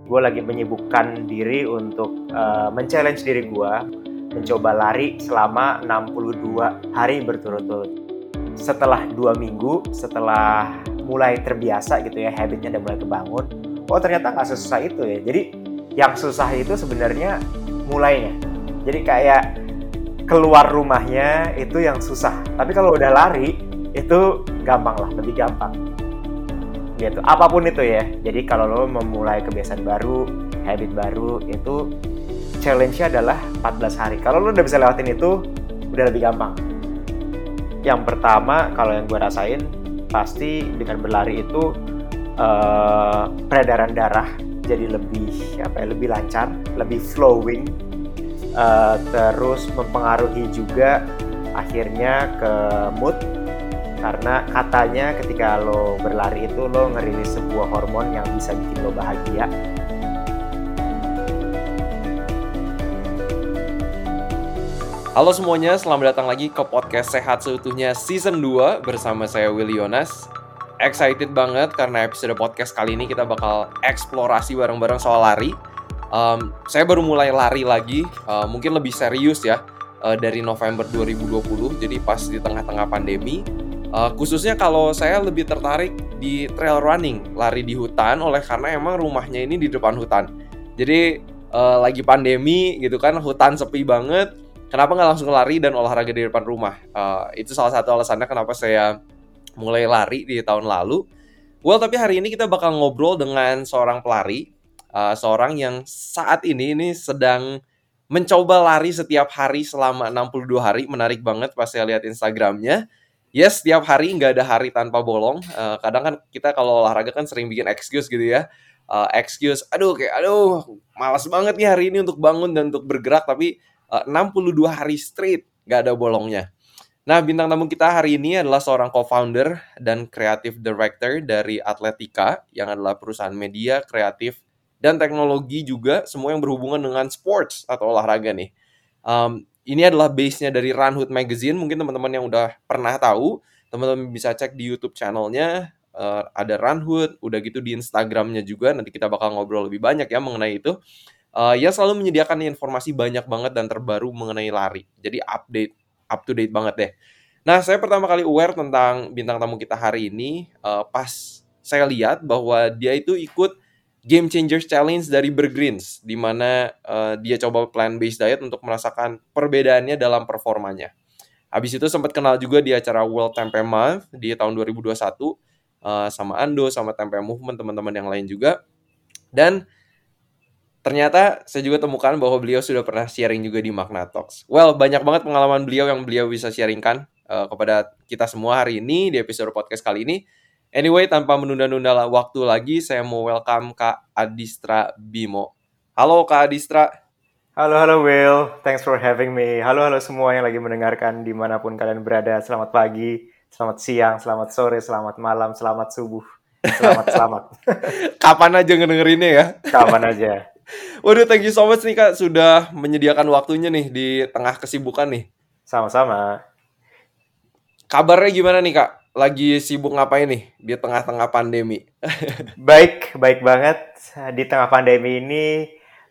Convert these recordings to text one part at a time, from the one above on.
Gue lagi menyibukkan diri untuk men-challenge diri gue, mencoba lari selama 62 hari berturut-turut. Setelah 2 minggu, setelah mulai terbiasa gitu ya, habitnya udah mulai kebangun, oh ternyata nggak sesusah itu ya. Jadi yang susah itu sebenarnya mulainya. Jadi kayak keluar rumahnya itu yang susah. Tapi kalau udah lari, itu gampang lah, lebih gampang. Gitu. Apapun itu ya. Jadi kalau lo memulai kebiasaan baru, habit baru, itu challenge-nya adalah 14 hari. Kalau lo udah bisa lewatin itu, udah lebih gampang. Yang pertama, kalau yang gue rasain, pasti dengan berlari itu peredaran darah jadi lebih lancar, lebih flowing, terus mempengaruhi juga akhirnya ke mood. Karena katanya ketika lo berlari itu lo ngerilis sebuah hormon yang bisa bikin lo bahagia. Halo semuanya, selamat datang lagi ke podcast Sehat Seutuhnya Season 2 bersama saya Willy Yonas. Excited banget karena episode podcast kali ini kita bakal eksplorasi bareng-bareng soal lari. Saya baru mulai lari lagi, mungkin lebih serius ya, dari November 2020, jadi pas di tengah-tengah pandemi. Khususnya kalau saya lebih tertarik di trail running, lari di hutan, karena emang rumahnya ini di depan hutan. Jadi lagi pandemi gitu kan, hutan sepi banget, kenapa nggak langsung lari dan olahraga di depan rumah? Itu salah satu alasannya kenapa saya mulai lari di tahun lalu. Tapi hari ini kita bakal ngobrol dengan seorang pelari, seorang yang saat ini sedang mencoba lari setiap hari selama 62 hari. Menarik banget pas saya lihat Instagramnya. Yes, setiap hari, nggak ada hari tanpa bolong. Kadang kan kita kalau olahraga kan sering bikin excuse gitu ya. Excuse, aduh, malas banget nih hari ini untuk bangun dan untuk bergerak. Tapi 62 hari straight, nggak ada bolongnya. Nah, bintang tamu kita hari ini adalah seorang co-founder dan creative director dari Atletica, yang adalah perusahaan media, kreatif, dan teknologi juga, semua yang berhubungan dengan sports atau olahraga nih. Ini adalah base-nya dari Runhood Magazine. Mungkin teman-teman yang udah pernah tahu, teman-teman bisa cek di YouTube channelnya, ada Runhood, udah gitu di Instagramnya juga. Nanti kita bakal ngobrol lebih banyak ya mengenai itu. Ya selalu menyediakan informasi banyak banget dan terbaru mengenai lari. Jadi up to date banget deh. Nah, saya pertama kali aware tentang bintang tamu kita hari ini pas saya lihat bahwa dia itu ikut Game Changers Challenge dari Bergreens, di mana dia coba plant-based diet untuk merasakan perbedaannya dalam performanya. Habis itu sempat kenal juga di acara World Tempe Month di tahun 2021 sama Ando, sama Tempe Movement, teman-teman yang lain juga. Dan ternyata saya juga temukan bahwa beliau sudah pernah sharing juga di Magna Talks. Banyak banget pengalaman beliau yang beliau bisa sharingkan kepada kita semua hari ini di episode podcast kali ini. Anyway, tanpa menunda-nunda waktu lagi, saya mau welcome Kak Adistra Bimo. Halo Kak Adistra. Halo Will, thanks for having me. Halo semua yang lagi mendengarkan dimanapun kalian berada. Selamat pagi, selamat siang, selamat sore, selamat malam, selamat subuh. Selamat. Kapan aja ngedengerinnya ya. Kapan aja. Waduh, thank you so much nih Kak, sudah menyediakan waktunya nih di tengah kesibukan nih. Sama-sama. Kabarnya gimana nih Kak? Lagi sibuk ngapain nih di tengah-tengah pandemi? Baik banget. Di tengah pandemi ini,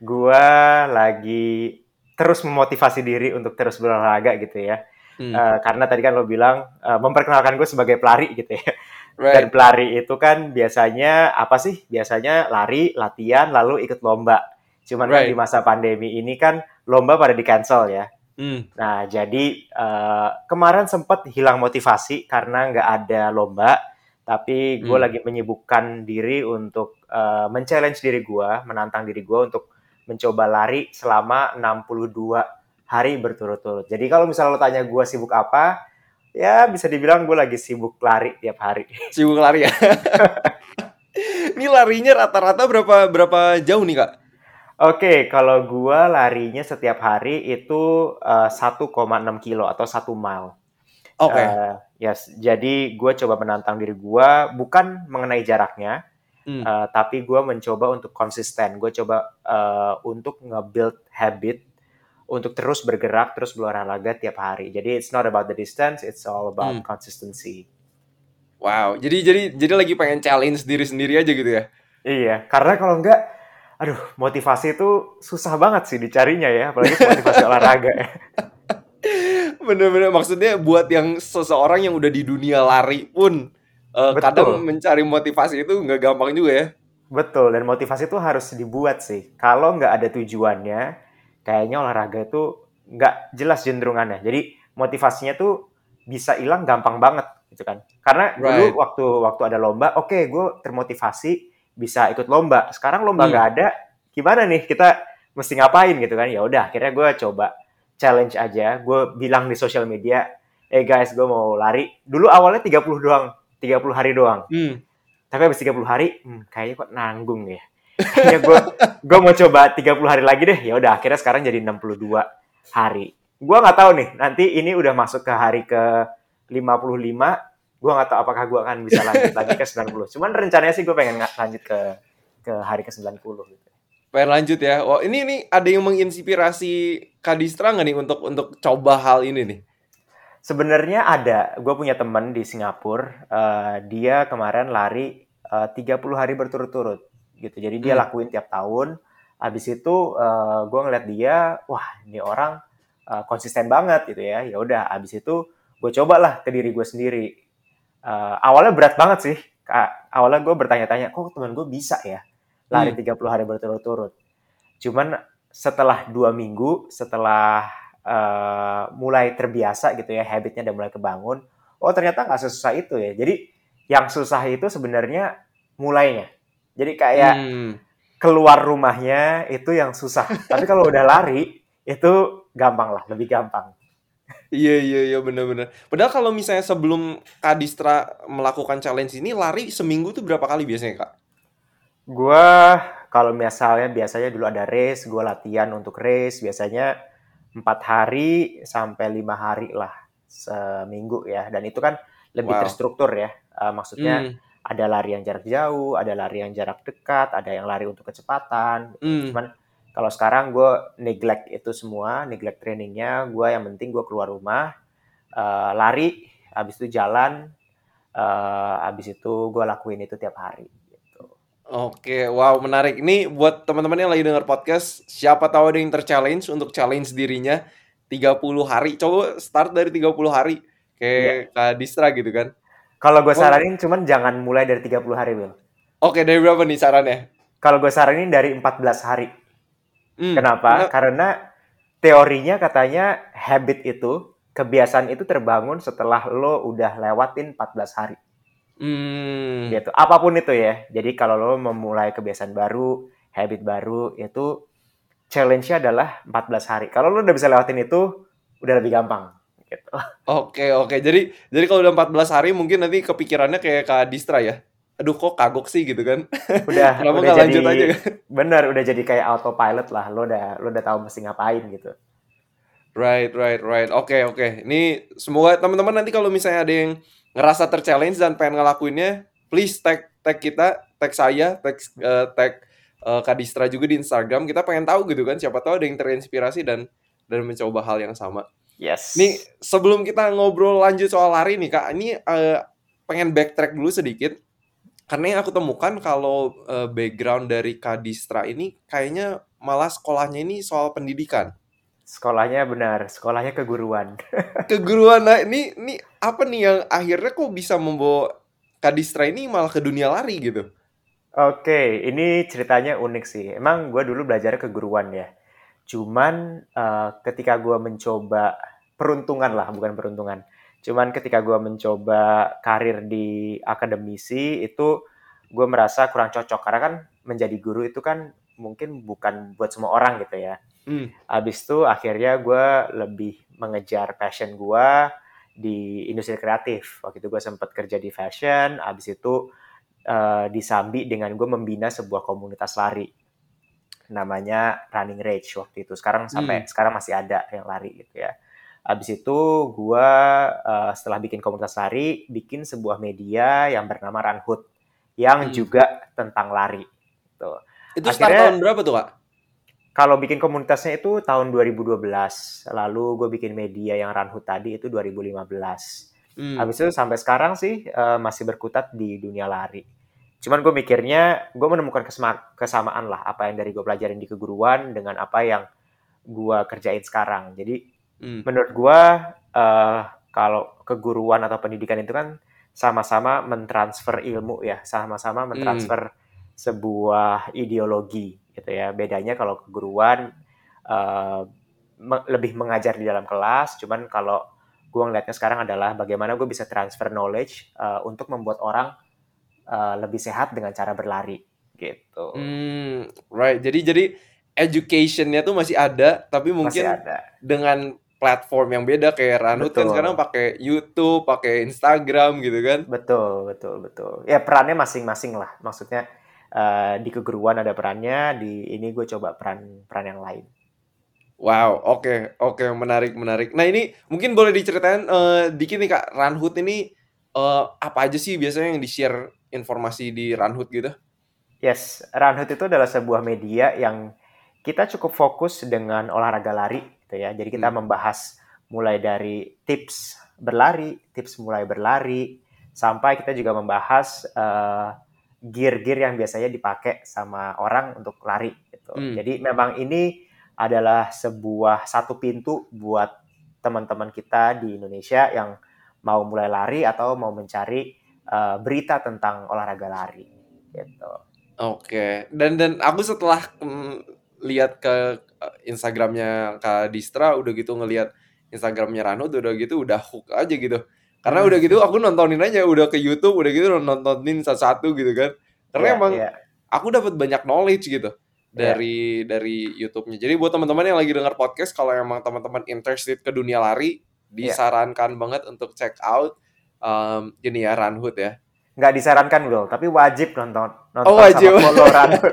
gua lagi terus memotivasi diri untuk terus berolahraga gitu ya. Karena tadi kan lo bilang memperkenalkan gue sebagai pelari gitu ya. Right. Dan pelari itu kan biasanya apa sih? Biasanya lari, latihan, lalu ikut lomba. Cuman kan di masa pandemi ini kan lomba pada di-cancel ya. Nah, jadi kemarin sempat hilang motivasi karena nggak ada lomba. Tapi gue lagi menyibukkan diri untuk men-challenge diri gue, menantang diri gue untuk mencoba lari selama 62 hari berturut-turut. Jadi kalau misalnya lo tanya gue sibuk apa, ya bisa dibilang gue lagi sibuk lari tiap hari. Sibuk lari ya? Ini larinya rata-rata berapa jauh nih Kak? Oke, kalau gue larinya setiap hari itu 1,6 kilo atau 1 mile. Oke. Yes, jadi gue coba menantang diri gue, bukan mengenai jaraknya, tapi gue mencoba untuk konsisten. Gue coba untuk nge-build habit, untuk terus bergerak, terus berolahraga tiap hari. Jadi it's not about the distance, it's all about consistency. Wow, jadi lagi pengen challenge diri sendiri aja gitu ya? Iya, karena kalau enggak, Aduh, motivasi itu susah banget sih dicarinya ya, apalagi motivasi olahraga ya. Bener-bener maksudnya buat yang seseorang yang udah di dunia lari pun kadang Betul, mencari motivasi itu nggak gampang juga ya. betul. Dan motivasi itu harus dibuat sih. Kalau nggak ada tujuannya, kayaknya olahraga itu nggak jelas cenderungannya. Jadi motivasinya tuh bisa hilang gampang banget gitu kan. Karena dulu Right. waktu ada lomba, oke, gue termotivasi bisa ikut lomba. Sekarang lomba Hmm. nggak ada, gimana nih kita mesti ngapain gitu kan? Ya udah, akhirnya gue coba challenge aja. Gue bilang di sosial media, guys, gue mau lari. Dulu awalnya 30 doang, 30 hari doang. Hmm. Tapi habis 30 hari, kayaknya kok nanggung ya. Kayaknya gue mau coba 30 hari lagi deh. Ya udah, akhirnya sekarang jadi 62 hari. Gue nggak tahu nih, nanti ini udah masuk ke hari ke 55. Gue nggak tahu apakah gue akan bisa lanjut lagi ke 90. Cuman rencananya sih gue pengen lanjut ke hari ke 90 gitu. Pengen lanjut ya. Wah, ini ada yang menginspirasi Kadistra nggak nih untuk coba hal ini nih? Sebenarnya ada. Gue punya teman di Singapura. Dia kemarin lari 30 hari berturut-turut gitu. Jadi dia Hmm. lakuin tiap tahun. Habis itu gue ngeliat dia, wah ini orang konsisten banget gitu ya. Ya udah. Habis itu gue cobalah ke diri gue sendiri. Awalnya berat banget sih. Awalnya gue bertanya-tanya, kok teman gue bisa ya lari Hmm. 30 hari berturut-turut. Cuman setelah 2 minggu, setelah mulai terbiasa gitu ya, habitnya udah mulai kebangun, oh ternyata nggak sesusah itu ya. Jadi yang susah itu sebenarnya mulainya. Jadi kayak Hmm. keluar rumahnya itu yang susah. Tapi kalau udah lari, itu gampang lah, lebih gampang. Iya, iya, iya, bener-bener. Padahal kalau misalnya sebelum Kadistra melakukan challenge ini, lari seminggu tuh berapa kali biasanya, Kak? Gua kalau biasanya dulu ada race, gue latihan untuk race, biasanya 4 hari sampai 5 hari lah seminggu ya. Dan itu kan lebih Wow. terstruktur ya. Maksudnya Hmm. ada lari yang jarak jauh, ada lari yang jarak dekat, ada yang lari untuk kecepatan. Gitu. Hmm. Cuman kalau sekarang gue neglect itu semua, neglect trainingnya. Gue yang penting gue keluar rumah, lari, habis itu jalan, habis itu gue lakuin itu tiap hari. Gitu. Oke, wow, menarik. Ini buat teman-teman yang lagi denger podcast, siapa tahu ada yang ter-challenge untuk challenge dirinya 30 hari. Coba start dari 30 hari Iya. kayak Kadistra gitu kan. Kalau gue Emang saranin cuman jangan mulai dari 30 hari, Will. oke, dari berapa nih sarannya? Kalau gue saranin dari 14 hari. Kenapa? Kenapa? Karena teorinya katanya habit itu, kebiasaan itu terbangun setelah lo udah lewatin 14 hari. Hmm. Gitu. Apapun itu ya. Jadi kalau lo memulai kebiasaan baru, habit baru, itu challenge-nya adalah 14 hari. Kalau lo udah bisa lewatin itu, udah lebih gampang. Gitu. Oke, oke. Jadi kalau udah 14 hari mungkin nanti kepikirannya kayak Kadistra ya. Aduh, kok kagok sih gitu kan. Kenapa Udah nggak jadi lanjut aja kan? benar, udah jadi kayak autopilot lah. Lo udah tahu mesti ngapain gitu. Right, right, right. Oke, oke. Ini semoga teman-teman nanti kalau misalnya ada yang ngerasa ter-challenge dan pengen ngelakuinnya, please tag kita, tag saya, tag Kadistra juga di Instagram. Kita pengen tahu gitu kan, siapa tahu ada yang terinspirasi dan mencoba hal yang sama. Nih, Yes. sebelum kita ngobrol lanjut soal lari nih, Kak, ini pengen backtrack dulu sedikit. Karena yang aku temukan kalau background dari Kadistra ini kayaknya malah sekolahnya ini soal pendidikan. Sekolahnya benar, sekolahnya keguruan. Keguruan, nah ini apa nih yang akhirnya kok bisa membawa Kadistra ini malah ke dunia lari gitu? Oke, ini ceritanya unik sih. Emang gue dulu belajar keguruan ya. Cuman ketika gue mencoba peruntungan lah, bukan peruntungan. Cuman ketika gue mencoba karir di akademisi itu gue merasa kurang cocok karena kan menjadi guru itu kan mungkin bukan buat semua orang gitu ya. Hmm. Habis itu akhirnya gue lebih mengejar passion gue di industri kreatif. Waktu itu gue sempat kerja di fashion, habis itu disambi dengan gue membina sebuah komunitas lari namanya Running Rage waktu itu. Sampai Hmm. sekarang masih ada yang lari gitu ya. Habis itu gue setelah bikin komunitas lari, bikin sebuah media yang bernama Runhood yang Hmm. juga tentang lari. Gitu. Itu start tahun Akhirnya berapa tuh, Kak? kalau bikin komunitasnya itu tahun 2012, lalu gue bikin media yang Runhood tadi itu 2015. Hmm. Habis itu sampai sekarang sih masih berkutat di dunia lari. Cuman gue mikirnya, gue menemukan kesamaan lah apa yang dari gue pelajarin di keguruan dengan apa yang gue kerjain sekarang. Jadi Hmm. menurut gue kalau keguruan atau pendidikan itu kan sama-sama mentransfer ilmu ya, sama-sama Hmm. mentransfer sebuah ideologi gitu ya. Bedanya kalau keguruan uh, lebih mengajar di dalam kelas, cuman kalau gue ngeliatnya sekarang adalah bagaimana gue bisa transfer knowledge untuk membuat orang lebih sehat dengan cara berlari gitu. Right. Jadi education-nya tuh masih ada, tapi Masih mungkin ada. dengan platform yang beda kayak Ranhut kan sekarang Betul. pakai YouTube, pakai Instagram gitu kan. Betul, betul, betul. Ya perannya masing-masing lah. Maksudnya di keguruan ada perannya, di ini gue coba peran yang lain. Wow, oke, oke, menarik, menarik. Nah ini mungkin boleh diceritain dikit nih Kak, Ranhut ini apa aja sih biasanya yang di-share informasi di Ranhut gitu? Yes, Runhood itu adalah sebuah media yang kita cukup fokus dengan olahraga lari gitu ya. Jadi kita Hmm. membahas mulai dari tips berlari, tips mulai berlari, sampai kita juga membahas gear-gear yang biasanya dipakai sama orang untuk lari gitu. Hmm. Jadi memang ini adalah sebuah satu pintu buat teman-teman kita di Indonesia yang mau mulai lari atau mau mencari berita tentang olahraga lari gitu. Oke, dan aku setelah lihat ke Instagramnya Kak Distra, udah gitu ngelihat Instagramnya Rano, udah gitu udah hook aja gitu. Karena udah gitu aku nontonin aja, udah ke YouTube, udah gitu nontonin satu-satu gitu kan. Karena Iya, emang iya, aku dapat banyak knowledge gitu iya, dari YouTube-nya. Jadi buat teman-teman yang lagi dengar podcast, kalau emang teman-teman interested ke dunia lari, iya. disarankan banget untuk check out ini ya Ranhood ya. Nggak disarankan bro, tapi wajib nonton, Oh nonton sama wajib. follow Runhood.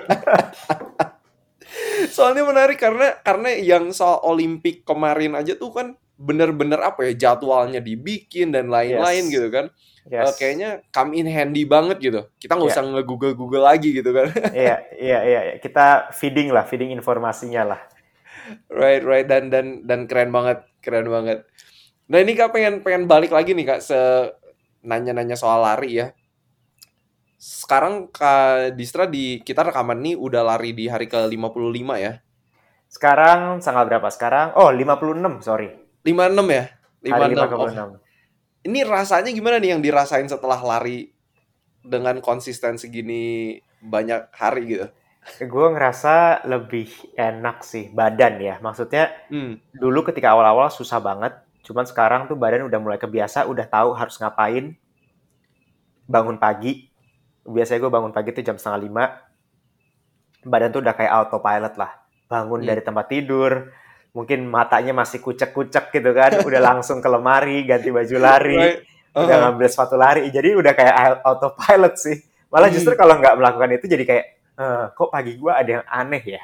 Soalnya menarik karena yang soal Olimpik kemarin aja tuh kan bener-bener apa ya, jadwalnya dibikin dan lain-lain Yes, gitu kan. yes, Kayaknya come in handy banget gitu. Kita nggak iya, usah nge-google lagi gitu kan. iya, iya, iya. Kita feeding lah, feeding informasinya lah. Right, right, dan keren banget, keren banget. Nah ini Kak pengen pengen balik lagi nih Kak, nanya-nanya soal lari ya. Sekarang Kak Distra di kita rekaman nih udah lari di hari ke-55 ya. Sekarang tanggal berapa? Sekarang, oh 56, sorry. 56 ya? Hari 56. Oh, 56. ini rasanya gimana nih yang dirasain setelah lari dengan konsisten segini banyak hari gitu? Gue ngerasa lebih enak sih badan ya. Maksudnya Hmm. dulu ketika awal-awal susah banget. Cuman sekarang tuh badan udah mulai kebiasa, udah tahu harus ngapain. Bangun pagi. Biasanya gue bangun pagi tuh jam 4:30. Badan tuh udah kayak autopilot lah. Bangun Hmm. dari tempat tidur, mungkin matanya masih kucek-kucek gitu kan, udah langsung ke lemari, ganti baju lari, Right. udah Uh-huh. ngambil sepatu lari, jadi udah kayak autopilot sih. Malah justru Hmm. kalau nggak melakukan itu jadi kayak, kok pagi gue ada yang aneh ya.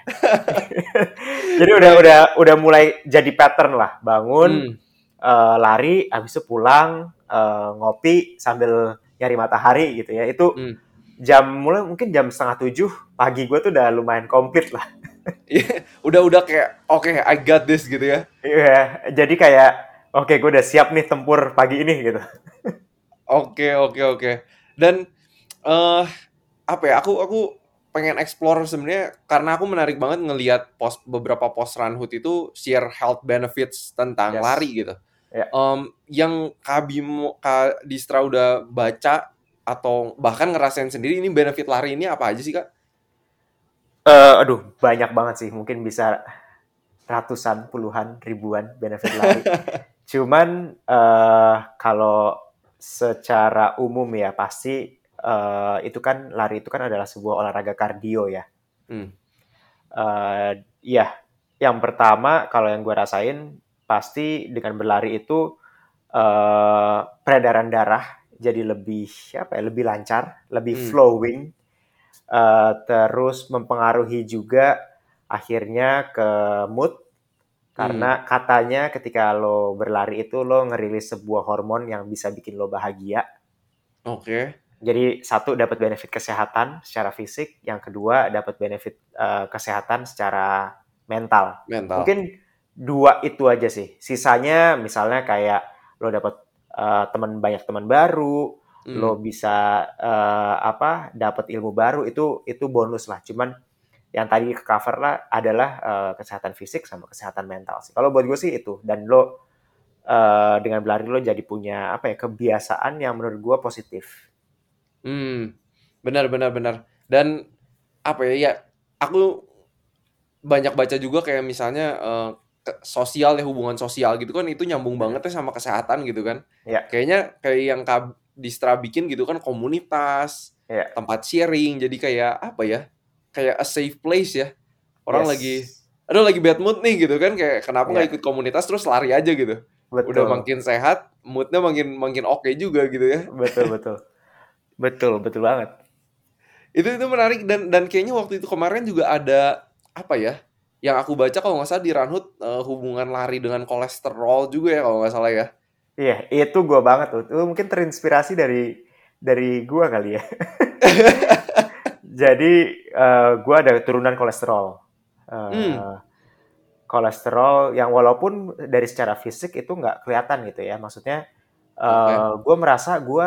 Jadi Right. udah mulai jadi pattern lah, bangun, Hmm. lari, habis itu pulang, ngopi sambil nyari matahari gitu ya. Itu Hmm. mulai mungkin jam 6:30 pagi gue tuh udah lumayan komplit lah. Iya, udah kayak oke, I got this gitu ya. Iya, jadi kayak oke gue udah siap nih tempur pagi ini gitu. Oke, oke, oke. Dan eh apa ya? Aku pengen explore sebenarnya karena aku menarik banget ngelihat beberapa post Ranhut itu share health benefits tentang Yes. lari gitu. Ya. Yang Kak Distra udah baca atau bahkan ngerasain sendiri ini benefit lari ini apa aja sih Kak? Aduh, banyak banget sih. Mungkin bisa ratusan, puluhan, ribuan benefit lari. Cuman kalau secara umum ya pasti itu kan lari itu kan adalah sebuah olahraga kardio ya. Hmm. Iya, yang pertama kalau yang gue rasain pasti dengan berlari itu peredaran darah jadi lebih apa ya, lebih lancar, lebih Hmm. flowing, terus mempengaruhi juga akhirnya ke mood Hmm. karena katanya ketika lo berlari itu lo ngerilis sebuah hormon yang bisa bikin lo bahagia. Oke. Jadi satu dapat benefit kesehatan secara fisik, yang kedua dapat benefit kesehatan secara mental. Mental. Mungkin dua itu aja sih. Sisanya misalnya kayak lo dapat banyak teman baru, lo bisa dapat ilmu baru, itu bonus lah. Cuman yang tadi ke cover lah adalah kesehatan fisik sama kesehatan mental sih. Kalau buat gue sih itu. Dan lo dengan berlari lo jadi punya kebiasaan yang menurut gue positif. Benar benar benar. Dan apa ya, ya aku banyak baca juga kayak misalnya sosial ya, hubungan sosial gitu kan, itu nyambung banget ya sama kesehatan gitu kan. Ya, Kayaknya kayak yang Kak Distra bikin gitu kan, komunitas, ya, tempat sharing, jadi kayak apa ya, kayak a safe place ya. Orang lagi, yes, aduh lagi bad mood nih gitu kan, kayak kenapa ya, nggak ikut komunitas terus lari aja gitu. Udah betul, makin sehat, moodnya makin makin oke juga gitu ya. betul, betul, betul, betul banget. Itu menarik, dan kayaknya waktu itu kemarin juga ada apa ya, yang aku baca kalau nggak salah di Runhood, hubungan lari dengan kolesterol juga ya kalau nggak salah ya. Iya, itu gue banget tuh. Itu mungkin terinspirasi dari gue kali ya. Jadi gue ada turunan kolesterol. Hmm, Eh, Kolesterol yang walaupun dari secara fisik itu nggak kelihatan gitu ya. Maksudnya oke. gue merasa gue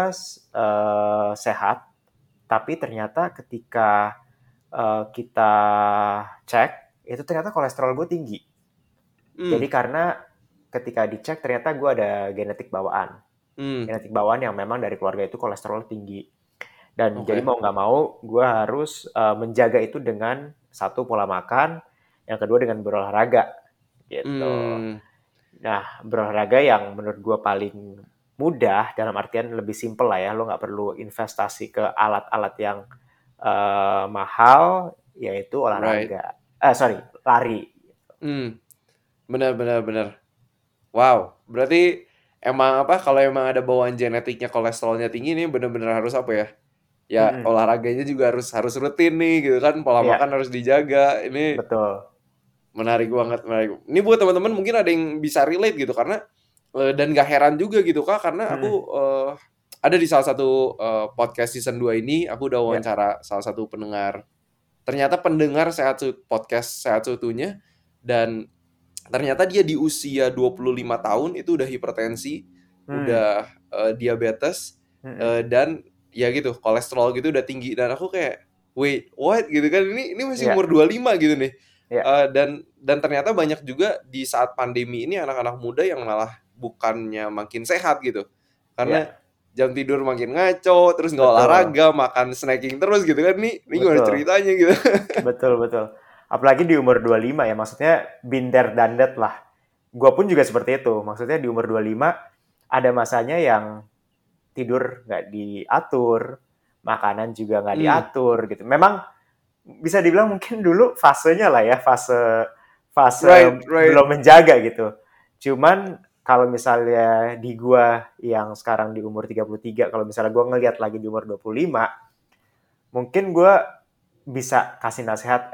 sehat, tapi ternyata ketika kita cek, itu ternyata kolesterol gue tinggi. Jadi Hmm, karena ketika dicek ternyata gue ada genetik bawaan. hmm, Genetik bawaan yang memang dari keluarga itu kolesterol tinggi. Dan jadi oke. mau nggak mau, gue harus menjaga itu dengan satu pola makan, yang kedua dengan berolahraga gitu. Hmm, Nah, berolahraga yang menurut gue paling mudah dalam artian lebih simpel lah ya, lo nggak perlu investasi ke alat-alat yang mahal, yaitu right. olahraga. Sorry, lari. Hmm, benar benar benar. Wow, berarti emang apa, kalau emang ada bawaan genetiknya kolesterolnya tinggi nih, bener-bener harus apa ya, ya Mm-mm. olahraganya juga harus harus rutin nih gitu kan, pola Iya, makan harus dijaga. Ini betul. menarik banget, menarik. Ini buat teman-teman mungkin ada yang bisa relate gitu, karena dan gak heran juga gitu Kak, karena aku Mm-mm. ada di salah satu podcast season 2 ini, aku udah Ya. wawancara salah satu pendengar. Ternyata pendengar podcast Sehat Seutuhnya, dan ternyata dia di usia 25 tahun itu udah hipertensi, Hmm. udah diabetes, Mm-mm. dan ya gitu, kolesterol gitu udah tinggi, dan aku kayak, "Wait, what?" gitu kan, ini masih Ya, umur 25 gitu nih. ya, Dan ternyata banyak juga di saat pandemi ini anak-anak muda yang malah bukannya makin sehat gitu. Karena ya, jam tidur makin ngaco, terus nggak betul, olahraga, makan snacking terus gitu kan. Ini gimana betul, ceritanya gitu. betul, betul. Apalagi di umur 25 ya, maksudnya binder dandet lah. Gue pun juga seperti itu. Maksudnya di umur 25 ada masanya yang tidur nggak diatur, makanan juga nggak Hmm, diatur gitu. Memang bisa dibilang mungkin dulu fasenya lah ya, fase fase right, right. belum menjaga gitu. Cuman kalau misalnya di gua yang sekarang di umur 33, kalau misalnya gua ngelihat lagi di umur 25, mungkin gua bisa kasih nasihat,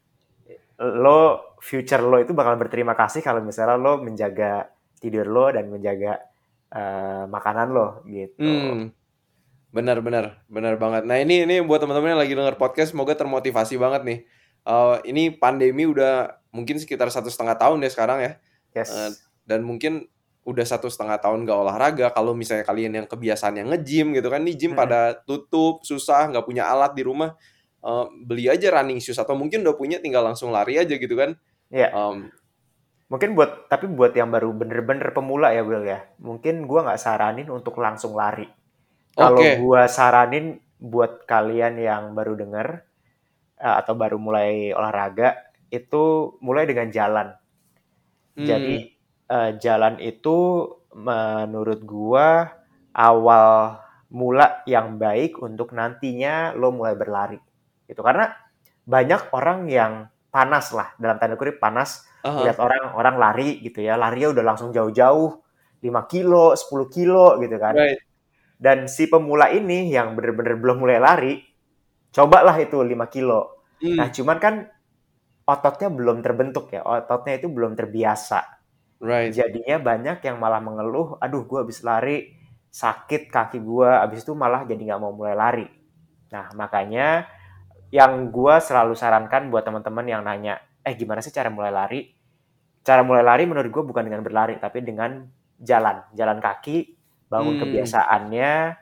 lo future lo itu bakal berterima kasih kalau misalnya lo menjaga tidur lo dan menjaga makanan lo gitu. Hmm. Benar benar, benar banget. Nah, ini buat teman-teman yang lagi denger podcast, semoga termotivasi banget nih. Ini pandemi udah mungkin sekitar 1,5 tahun ya sekarang ya, Yes. dan mungkin udah 1,5 tahun nggak olahraga. Kalau misalnya kalian yang kebiasaan yang nge-gym gitu kan, nih gym Mm-mm. pada tutup, susah, nggak punya alat di rumah, beli aja running shoes, atau mungkin udah punya tinggal langsung lari aja gitu kan. Ya, Mmm, mungkin tapi buat yang baru bener-bener pemula ya Will ya, mungkin gua nggak saranin untuk langsung lari. Kalau oke, gua saranin buat kalian yang baru denger atau baru mulai olahraga, itu mulai dengan jalan. Jadi mmm, jalan itu menurut gua awal mula yang baik untuk nantinya lo mulai berlari. Gitu. Karena banyak orang yang panas lah, dalam tanda kutip panas, ah ngeliat orang-orang lari gitu ya, larinya udah langsung jauh-jauh, 5 kilo, 10 kilo gitu kan. right, Dan si pemula ini yang bener-bener belum mulai lari, cobalah itu 5 kilo. Nah, mmm, cuman kan ototnya belum terbentuk ya, ototnya itu belum terbiasa. right, Jadinya banyak yang malah mengeluh, aduh gue habis lari, sakit kaki gue, habis itu malah jadi nggak mau mulai lari. Nah, makanya yang gue selalu sarankan buat teman-teman yang nanya, gimana sih cara mulai lari? Cara mulai lari menurut gue bukan dengan berlari, tapi dengan jalan kaki, bangun mmm, kebiasaannya,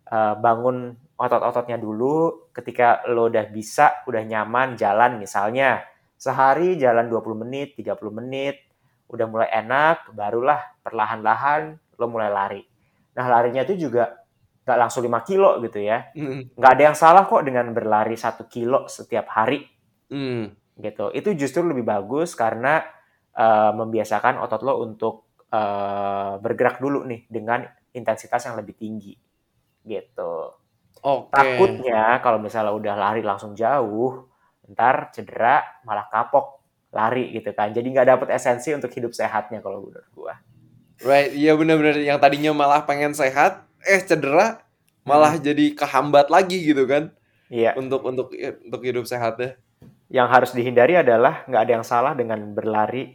bangun otot-ototnya dulu. Ketika lo udah bisa, udah nyaman jalan misalnya, sehari jalan 20 menit, 30 menit, udah mulai enak, barulah perlahan-lahan lo mulai lari. Nah, larinya itu juga nggak langsung 5 kilo gitu ya. Hmm. Nggak ada yang salah kok dengan berlari 1 kilo setiap hari Hmm. gitu. Itu justru lebih bagus karena membiasakan otot lo untuk bergerak dulu nih dengan intensitas yang lebih tinggi gitu. Oke. Takutnya kalau misalnya udah lari langsung jauh, ntar cedera malah kapok lari gitu kan. Jadi nggak dapet esensi untuk hidup sehatnya kalau menurut gua. Right, iya benar-benar yang tadinya malah pengen sehat, cedera, malah Mm-mm. jadi kehambat lagi gitu kan Iya. untuk hidup sehatnya. Yang harus dihindari adalah nggak ada yang salah dengan berlari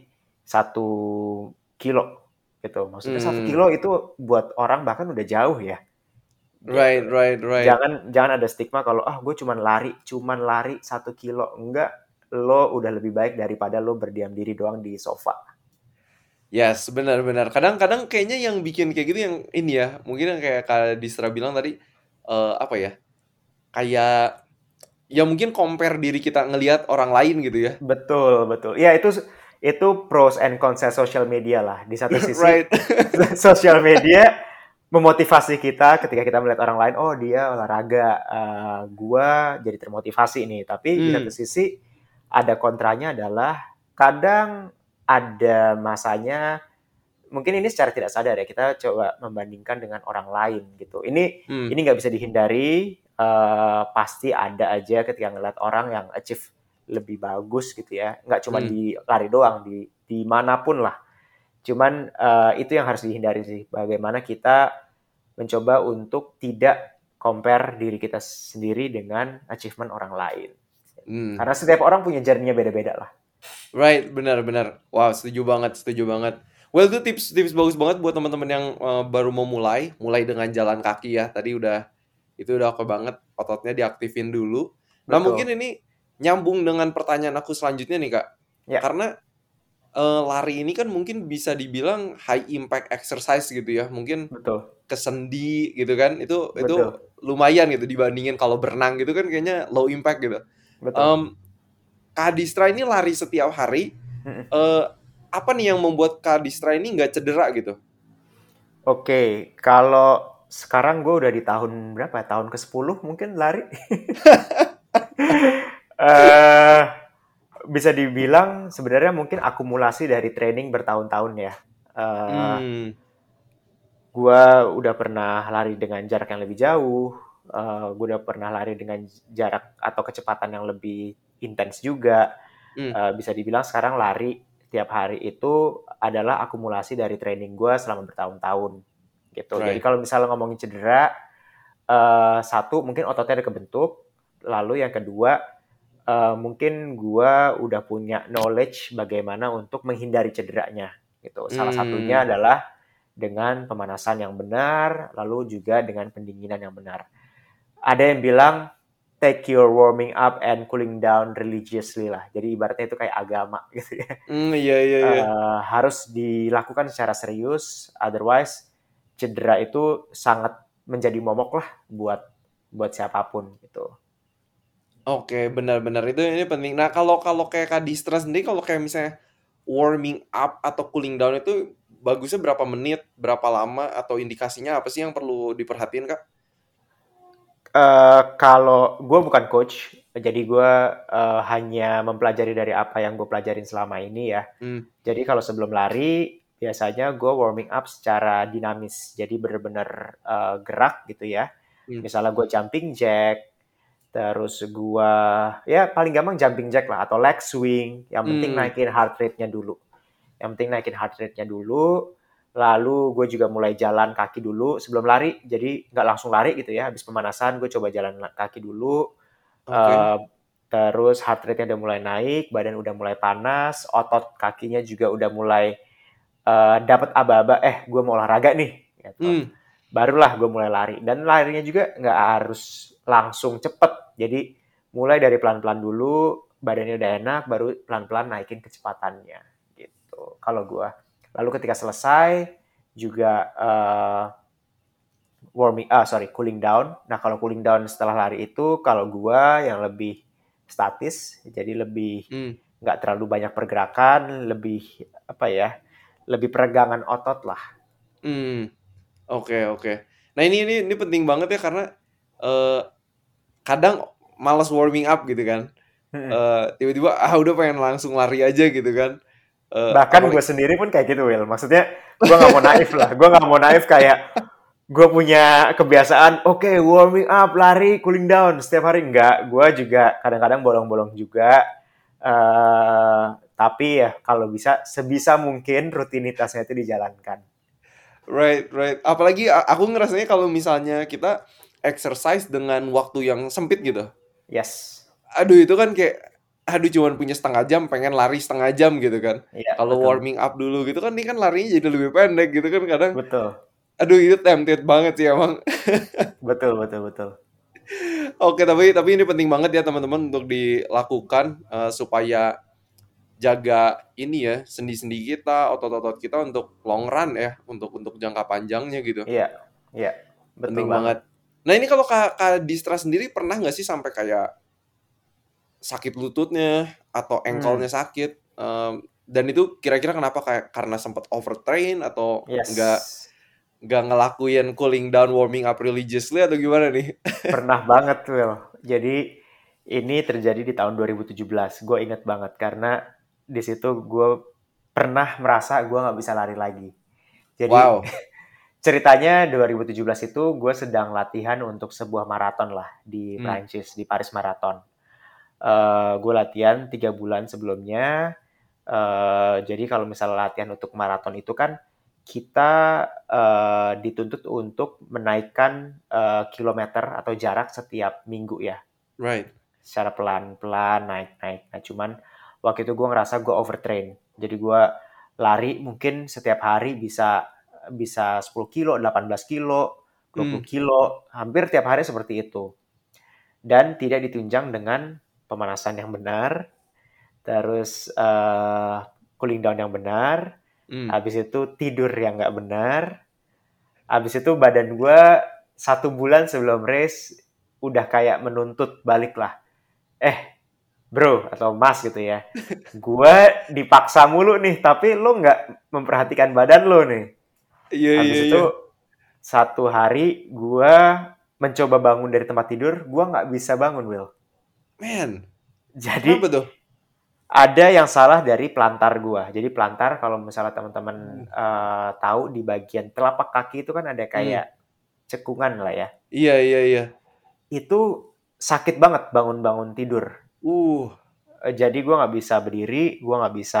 1 kilo gitu. Maksudnya satu Hmm. kilo itu buat orang bahkan udah jauh ya gitu. Right, right, right. Jangan ada stigma kalau gue cuman lari 1 kilo. Enggak, lo udah lebih baik daripada lo berdiam diri doang di sofa. Yes, benar-benar. Kadang-kadang kayaknya yang bikin kayak gitu yang ini ya, mungkin yang kayak Kak Distra bilang tadi, apa ya, kayak ya mungkin compare diri kita ngelihat orang lain gitu ya. Betul, betul. Ya itu pros and cons social media lah. Di satu sisi Right. sosial media memotivasi kita ketika kita melihat orang lain, oh dia olahraga, gua jadi termotivasi nih. Tapi di satu Hmm. sisi ada kontranya adalah kadang ada masanya, mungkin ini secara tidak sadar ya, kita coba membandingkan dengan orang lain gitu. Ini Hmm. nggak bisa dihindari, pasti ada aja ketika ngeliat orang yang achieve lebih bagus gitu ya. Nggak cuma Hmm. di lari doang, di manapun lah. Cuman itu yang harus dihindari sih. Bagaimana kita mencoba untuk tidak compare diri kita sendiri dengan achievement orang lain. Hmm. Karena setiap orang punya journey-nya beda-beda lah. Right, benar-benar. Wow, setuju banget, setuju banget. Well, itu tips-tips bagus banget buat teman-teman yang baru mau mulai dengan jalan kaki ya. Tadi itu udah oke banget, ototnya diaktifin dulu. Nah, mungkin Betul. ini nyambung dengan pertanyaan aku selanjutnya nih, Kak. Ya, Karena lari ini kan mungkin bisa dibilang high impact exercise gitu ya. Mungkin betul. ke sendi gitu kan. Itu Betul. lumayan gitu dibandingin kalau berenang gitu kan kayaknya low impact gitu. Betul. Em, Kak Distra ini lari setiap hari. eh, Apa nih yang membuat Kak Distra ini nggak cedera gitu? Oke, kalau sekarang gue udah di tahun berapa? Tahun ke-10 mungkin lari. eh Bisa dibilang sebenarnya mungkin akumulasi dari training bertahun-tahun ya. Eh Hmm. gue udah pernah lari dengan jarak yang lebih jauh. Gue udah pernah lari dengan jarak atau kecepatan yang lebih intens juga. Hmm. Bisa dibilang sekarang lari tiap hari itu adalah akumulasi dari training gue selama bertahun-tahun gitu. Jadi Right. kalau misalnya ngomongin cedera, satu mungkin ototnya ada kebentuk, lalu yang kedua mungkin gue udah punya knowledge bagaimana untuk menghindari cederanya gitu. Salah satunya Hmm. adalah dengan pemanasan yang benar, lalu juga dengan pendinginan yang benar. Ada yang bilang take your warming up and cooling down religiously lah. Jadi ibaratnya itu kayak agama gitu ya. Iya, iya, iya. Harus dilakukan secara serius, otherwise cedera itu sangat menjadi momok lah buat siapapun gitu. Oke, benar-benar ini penting. Nah, kalau kalau kayak Kak Distra sendiri kalau kayak misalnya warming up atau cooling down itu bagusnya berapa menit, berapa lama atau indikasinya apa sih yang perlu diperhatiin, Kak? Kalau gue bukan coach, jadi gue hanya mempelajari dari apa yang gue pelajarin selama ini ya. Hmm. Jadi kalau sebelum lari, biasanya gue warming up secara dinamis. Jadi benar-benar gerak gitu ya. Hmm. Misalnya gue jumping jack, terus gue ya paling gampang jumping jack lah atau leg swing. Yang penting Hmm. naikin heart rate-nya dulu. Lalu gue juga mulai jalan kaki dulu sebelum lari. Jadi nggak langsung lari gitu ya. Habis pemanasan gue coba jalan kaki dulu. Oke. Eh, Terus heart rate-nya udah mulai naik, badan udah mulai panas, otot kakinya juga udah mulai dapat aba-aba, gue mau olahraga nih. Gitu. Hmm. Barulah gue mulai lari. Dan larinya juga nggak harus langsung cepet. Jadi mulai dari pelan-pelan dulu, badannya udah enak, baru pelan-pelan naikin kecepatannya. Gitu. Kalau gue. Lalu ketika selesai juga cooling down. Nah, kalau cooling down setelah lari itu kalau gua yang lebih statis, jadi lebih Hmm. nggak terlalu banyak pergerakan, lebih apa ya, lebih peregangan otot lah. Hmm. Oke, oke. Nah, ini penting banget ya karena eh, kadang malas warming up gitu kan. Tiba-tiba udah pengen langsung lari aja gitu kan. Bahkan gue Apalagi sendiri pun kayak gitu, Will. Maksudnya gue nggak mau naif lah. Gue nggak mau naif kayak gue punya kebiasaan, oke, warming up, lari, cooling down setiap hari. Enggak, gue juga kadang-kadang bolong-bolong juga. Tapi ya kalau bisa, sebisa mungkin rutinitasnya itu dijalankan. right, right. Apalagi aku ngerasanya kalau misalnya kita exercise dengan waktu yang sempit gitu. Yes. Aduh itu kan kayak cuman punya setengah jam pengen lari setengah jam gitu kan. Iya, Kalau betul. warming up dulu gitu kan ini kan larinya jadi lebih pendek gitu kan kadang. Betul. Aduh itu tempted banget sih emang. Betul, betul, betul. Oke, tapi ini penting banget ya teman-teman untuk dilakukan supaya jaga ini ya sendi-sendi kita, otot-otot kita untuk long run ya, untuk jangka panjangnya gitu. Iya, iya. Betul Penting banget. banget. Nah ini kalau Kak Distra sendiri pernah nggak sih sampai kayak sakit lututnya atau ankle-nya sakit? Dan itu kira-kira kenapa kayak karena sempat overtrain atau nggak Yes. ngelakuin cooling down, warming up religiously atau gimana nih? Pernah banget, Will. Jadi ini terjadi di tahun 2017. Gue inget banget karena di situ gue pernah merasa gue nggak bisa lari lagi. Jadi Wow. ceritanya 2017 itu gue sedang latihan untuk sebuah maraton lah di Hmm. Prancis, di Paris Marathon. Gue latihan 3 bulan sebelumnya. Jadi kalau misalnya latihan untuk maraton itu kan kita dituntut untuk menaikkan kilometer atau jarak setiap minggu ya, Right. secara pelan-pelan naik-naik. Nah, cuman waktu itu gue ngerasa gue overtrain. Jadi gue lari mungkin setiap hari bisa bisa 10 kilo, 18 kilo, 20 Hmm. kilo, hampir tiap hari seperti itu. Dan tidak ditunjang dengan pemanasan yang benar, terus cooling down yang benar, Hmm. habis itu tidur yang nggak benar, habis itu badan gue 1 bulan sebelum race udah kayak menuntut balik lah. Bro atau mas gitu ya, gue dipaksa mulu nih, tapi lo nggak memperhatikan badan lo nih. Iya, iya, Habis itu iya. satu hari gue mencoba bangun dari tempat tidur, gue nggak bisa bangun, Will. Man, kenapa Jadi tuh? ada yang salah dari pelantar gua. Jadi pelantar kalau misalnya teman-teman Uh. tahu di bagian telapak kaki itu kan ada Hmm. kayak cekungan lah ya. Iya, iya, iya. Itu sakit banget bangun-bangun tidur. Uh. Jadi gua nggak bisa berdiri, gua nggak bisa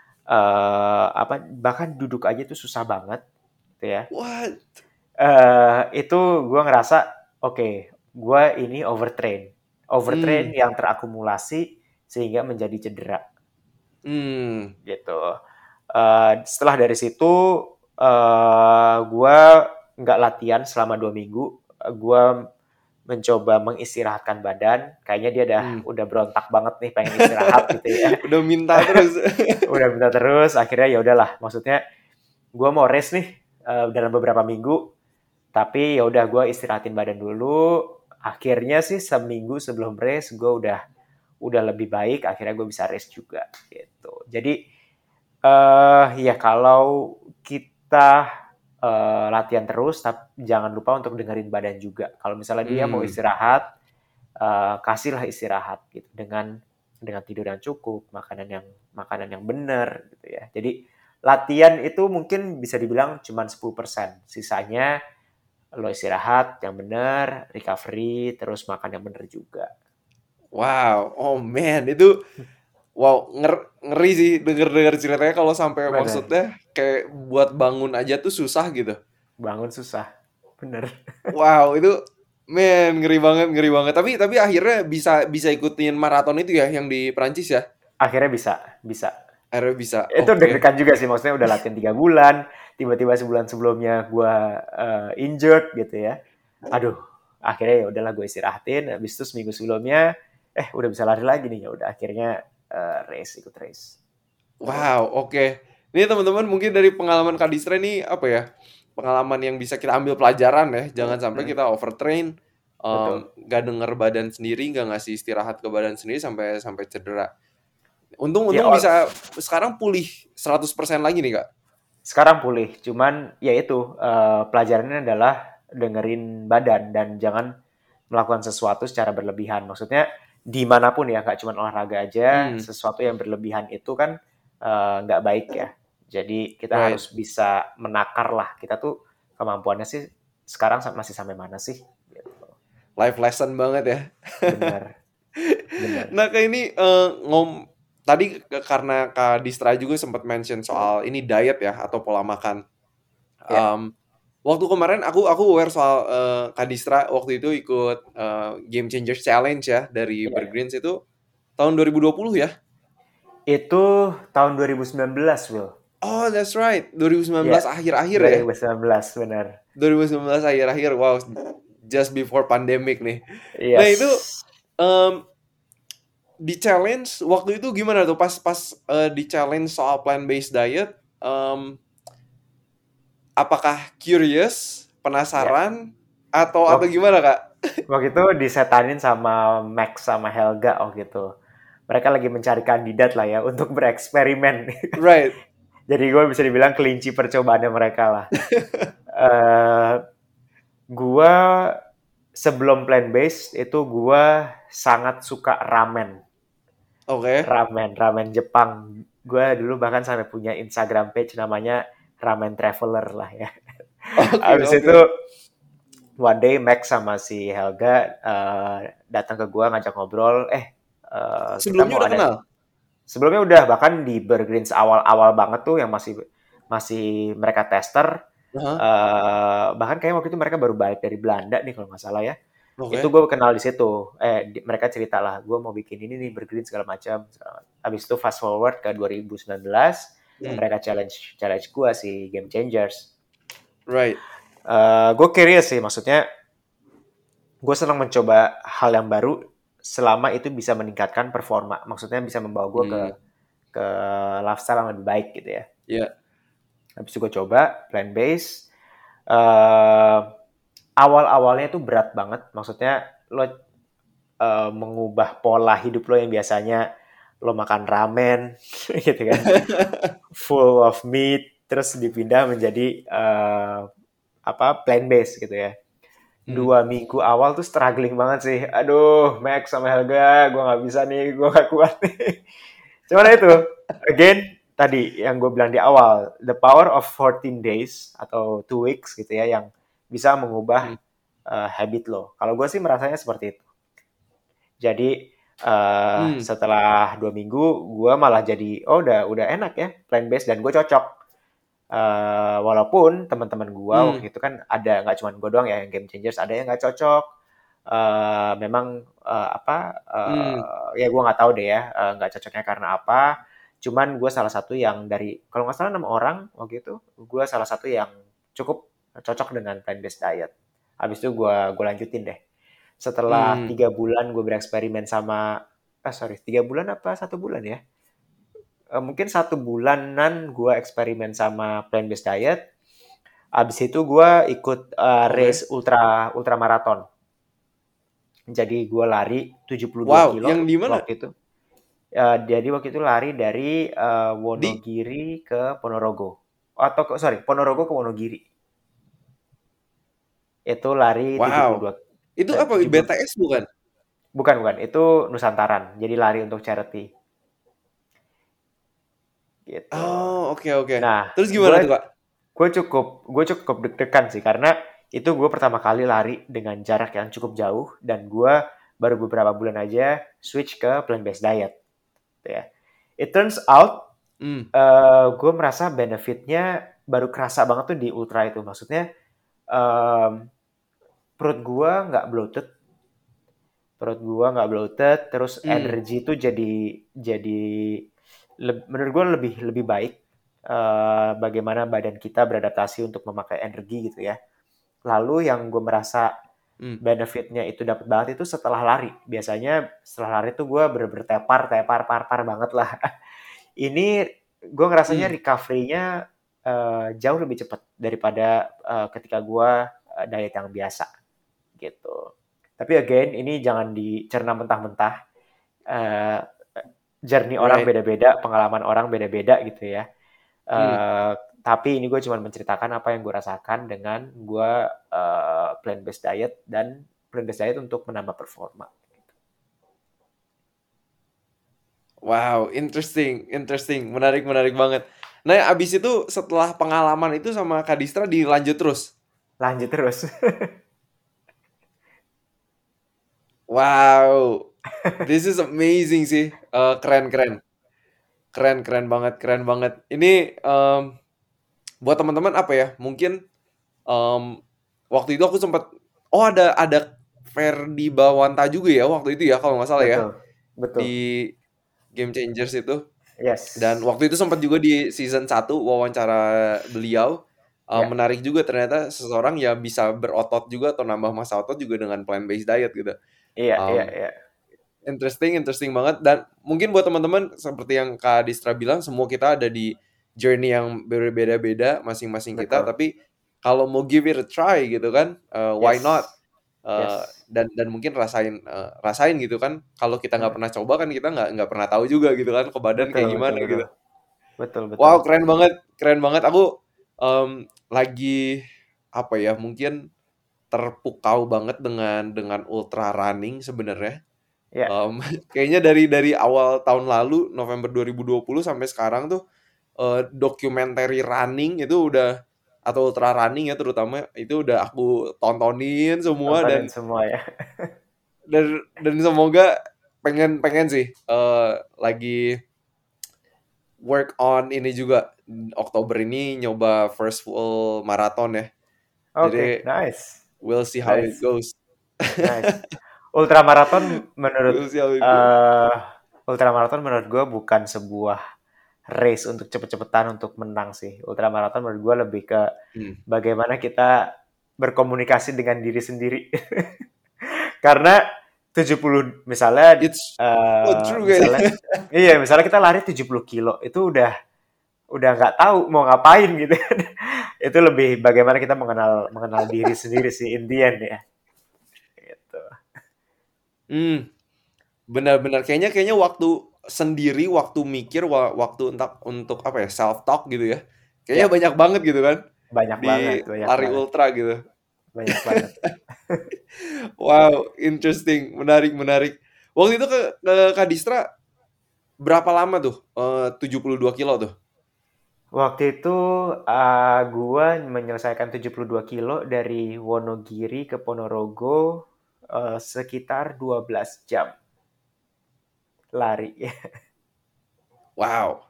bahkan duduk aja tuh susah banget, gitu ya. What? Itu gua ngerasa oke, gua ini overtrain Hmm. yang terakumulasi sehingga menjadi cedera. Hmm. Gitu. Setelah dari situ gue nggak latihan selama 2 minggu. Gue mencoba mengistirahatkan badan. Kayaknya dia Hmm. udah berontak banget nih, pengen istirahat gitu ya. Udah minta terus. Udah minta terus. Akhirnya ya udahlah. Maksudnya gue mau rest nih dalam beberapa minggu. Tapi ya udah gue istirahatin badan dulu. Akhirnya sih seminggu sebelum race gue udah lebih baik. Akhirnya gue bisa race juga gitu. Jadi ya kalau kita latihan terus, tapi jangan lupa untuk dengerin badan juga. Kalau misalnya dia mau Hmm. istirahat, kasihlah istirahat gitu dengan tidur yang cukup, makanan yang benar gitu ya. Jadi latihan itu mungkin bisa dibilang cuma 10%. Sisanya lo istirahat yang benar, recovery, terus makan yang benar juga. Wow. Oh man, itu wow, ngeri sih denger ceritanya kalau sampai Benar. maksudnya kayak buat bangun aja tuh susah gitu. Bangun susah. Bener. Wow, itu man ngeri banget, ngeri banget. Tapi akhirnya bisa ikutin maraton itu ya yang di Prancis ya? Akhirnya bisa. Akhirnya bisa. Itu Oke. deg-degan juga sih, maksudnya udah latihan 3 bulan, tiba-tiba sebulan sebelumnya gue injured gitu ya. Aduh, akhirnya ya udahlah gue istirahatin. Habis itu seminggu sebelumnya, udah bisa lari lagi nih. Ya udah akhirnya ikut race. Gitu. Wow, oke. Ini teman-teman mungkin dari pengalaman Kak Distra ini apa ya? pengalaman yang bisa kita ambil pelajaran ya. Jangan sampai Mm, kita overtrain, betul. nggak denger badan sendiri, nggak ngasih istirahat ke badan sendiri sampai sampai cedera. Ya, Untung bisa sekarang pulih 100% lagi nih, Kak. sekarang pulih, cuman ya itu pelajarannya adalah dengerin badan dan jangan melakukan sesuatu secara berlebihan. Maksudnya dimanapun ya, nggak cuma olahraga aja, Hmm, sesuatu yang berlebihan itu kan nggak baik ya. Jadi kita right. harus bisa menakar lah. Kita tuh kemampuannya sih sekarang masih sampai mana sih? Gitu. Life lesson banget ya. Bener, bener. Nah, kayak ini tadi karena Kak Distra juga sempat mention soal ini diet ya atau pola makan. Ya, Em, Waktu kemarin aku aware soal Kak Distra waktu itu ikut Game Changers Challenge ya dari ya. Bergreens itu tahun 2020 ya. Itu tahun 2019, Will. Oh, that's right. 2019 Ya, akhir-akhir ya. 2019, bener. 2019 akhir-akhir. Wow, just before pandemic nih. Nah, itu Yes. em, di challenge waktu itu gimana tuh pas pas di challenge soal plant based diet, apakah curious, Ya. penasaran, atau Waktu, gimana, Kak? waktu itu disetanin sama Max sama Helga waktu itu. Mereka lagi mencari kandidat lah ya untuk bereksperimen. Right. Jadi gue bisa dibilang kelinci percobaannya mereka lah. Eh gue sebelum plant based itu gue sangat suka ramen. Oke. Ramen Jepang. Gue dulu bahkan sampai punya Instagram page namanya Ramen Traveler lah ya. Oke, Abis oke. itu one day Max sama si Helga datang ke gua ngajak ngobrol, kita Sebelumnya mau udah ada kenal? sebelumnya udah bahkan di Burgreens awal-awal banget tuh yang masih masih mereka tester, Heeh. bahkan kayak waktu itu mereka baru balik dari Belanda nih kalau nggak salah ya. Itu Oke. gue kenal di situ. Mereka cerita lah, gue mau bikin ini nih Burgreens segala macam. Habis itu fast forward ke 2019, Hmm, mereka challenge challenge gue si Game Changers. right. Gue curious sih, maksudnya gue senang mencoba hal yang baru selama itu bisa meningkatkan performa. Maksudnya bisa membawa gue ke Hmm, ke lifestyle yang lebih baik gitu ya. ya. Habis itu gue coba plant based. Uh, Awal-awalnya itu berat banget. Maksudnya lo mengubah pola hidup lo yang biasanya lo makan ramen gitu kan, full of meat, terus dipindah menjadi apa plant based gitu ya. Hmm, 2 minggu awal tuh struggling banget sih. Aduh, Max sama Helga, gue nggak bisa nih, gue nggak kuat nih. Cuman itu, again, tadi yang gue bilang di awal, the power of 14 days atau 2 weeks gitu ya, yang bisa mengubah hmm, habit lo. Kalau gue sih merasanya seperti itu. Jadi hmm, setelah 2 minggu, gue malah jadi, oh udah enak ya, plant based dan gue cocok. Walaupun teman-teman gue waktu hmm, itu kan ada nggak cuma gue doang ya yang game changers, ada yang nggak cocok. Memang apa? hmm. Ya gue nggak tahu deh ya nggak cocoknya karena apa. Cuman gue salah satu yang dari kalau nggak salah 6 orang waktu itu, gue salah satu yang cukup cocok dengan plant based diet. Habis itu gue lanjutin deh. Setelah Hmm. 3 bulan gue bereksperimen sama, sorry 3 bulan apa 1 bulan ya? Mungkin 1 bulanan gue eksperimen sama plant based diet. Abis itu gue ikut race Oke. ultra marathon. Jadi gue lari 72 Wow, kilo yang di mana? waktu itu. Jadi waktu itu lari dari Di Wonogiri ke Ponorogo. Atau sorry, Ponorogo ke Wonogiri. Itu lari 72 wow. Itu apa? 70 BTS bukan? bukan, itu Nusantaran. Jadi lari untuk charity gitu. Oh, oke, oke. Nah, Terus gimana gue tuh, Kak? gue cukup deg-degan sih karena itu gue pertama kali lari dengan jarak yang cukup jauh dan gue baru beberapa bulan aja switch ke plant based diet gitu ya. It turns out Hmm. gue merasa benefitnya baru kerasa banget tuh di ultra itu. Maksudnya em, perut gue nggak bloated, terus Hmm. energi itu jadi menurut gue lebih lebih baik bagaimana badan kita beradaptasi untuk memakai energi gitu ya. Lalu yang gue merasa Hmm. benefitnya itu dapat banget itu setelah lari. Biasanya setelah lari tuh gue bener-bener tepar, tepar, parpar banget lah. Ini gue ngerasanya Hmm. recovery-nya jauh lebih cepat daripada ketika gue diet yang biasa gitu. Tapi again, ini jangan dicerna mentah-mentah. Uh, Journey orang Right. beda-beda, pengalaman orang beda-beda gitu ya. Hmm. Uh, tapi ini gue cuma menceritakan apa yang gue rasakan dengan gue plant-based diet dan plant-based diet untuk menambah performa. Wow, interesting, interesting, menarik, menarik banget. Nah, abis itu setelah pengalaman itu sama Kak Distra dilanjut terus. Lanjut terus. Wow, this is amazing sih. Keren, keren, keren, keren banget, keren banget. Ini buat teman-teman apa ya? Mungkin em, waktu itu aku sempat, oh ada Ferdi Bawanta juga ya waktu itu ya kalau nggak salah ya Betul, betul. di Game Changers itu. Dan Yes. waktu itu sempat juga di season 1 wawancara beliau. Ya, Menarik juga ternyata seseorang ya bisa berotot juga atau nambah massa otot juga dengan plant based diet gitu. iya, iya, Um, iya. Interesting, interesting banget. Dan mungkin buat teman-teman seperti yang Kak Distra bilang, semua kita ada di journey yang berbeda-beda masing-masing kita. Betul. Tapi kalau mau give it a try gitu kan, why not? Yes. Yes. Dan mungkin rasain gitu kan. Kalau kita nggak Hmm. pernah coba kan kita nggak pernah tahu juga gitu kan ke badan Betul, kayak betul, gimana betul. gitu. Betul, betul. Wow, keren banget, keren banget. Aku lagi apa ya? Mungkin terpukau banget dengan ultra running sebenarnya. Ya, Kayaknya dari awal tahun lalu November 2020 sampai sekarang tuh documentary running itu udah atau ultra running ya terutama itu udah aku tontonin semua tontonin dan semua ya. dan semoga pengen pengen sih lagi work on ini juga Oktober ini nyoba first full marathon ya. Oke, Jadi nice. we'll see how it Nice. goes. Nice. Ultramaraton We'll menurut see how it goes. eh ultramaraton menurut gue bukan sebuah race untuk cepet-cepetan untuk menang sih. Ultramaraton menurut gue lebih ke Hmm. bagaimana kita berkomunikasi dengan diri sendiri. Karena 70 misalnya It's so true guys. misalnya iya misalnya kita lari 70 kilo itu udah nggak tahu mau ngapain gitu. Itu lebih bagaimana kita mengenal mengenal diri sendiri sih in the end ya. Gitu. Hmm, benar-benar kayaknya kayaknya waktu sendiri, waktu mikir, waktu untuk apa ya self talk gitu ya. Kayaknya Ya, banyak banget gitu kan banyak banget, di banyak lari banget, ultra gitu. banyak banget. Wow, interesting, menarik, menarik. Waktu itu ke Kak Distra berapa lama tuh? 72 kilo tuh. Waktu itu gua menyelesaikan 72 kilo dari Wonogiri ke Ponorogo sekitar 12 jam lari. Wow,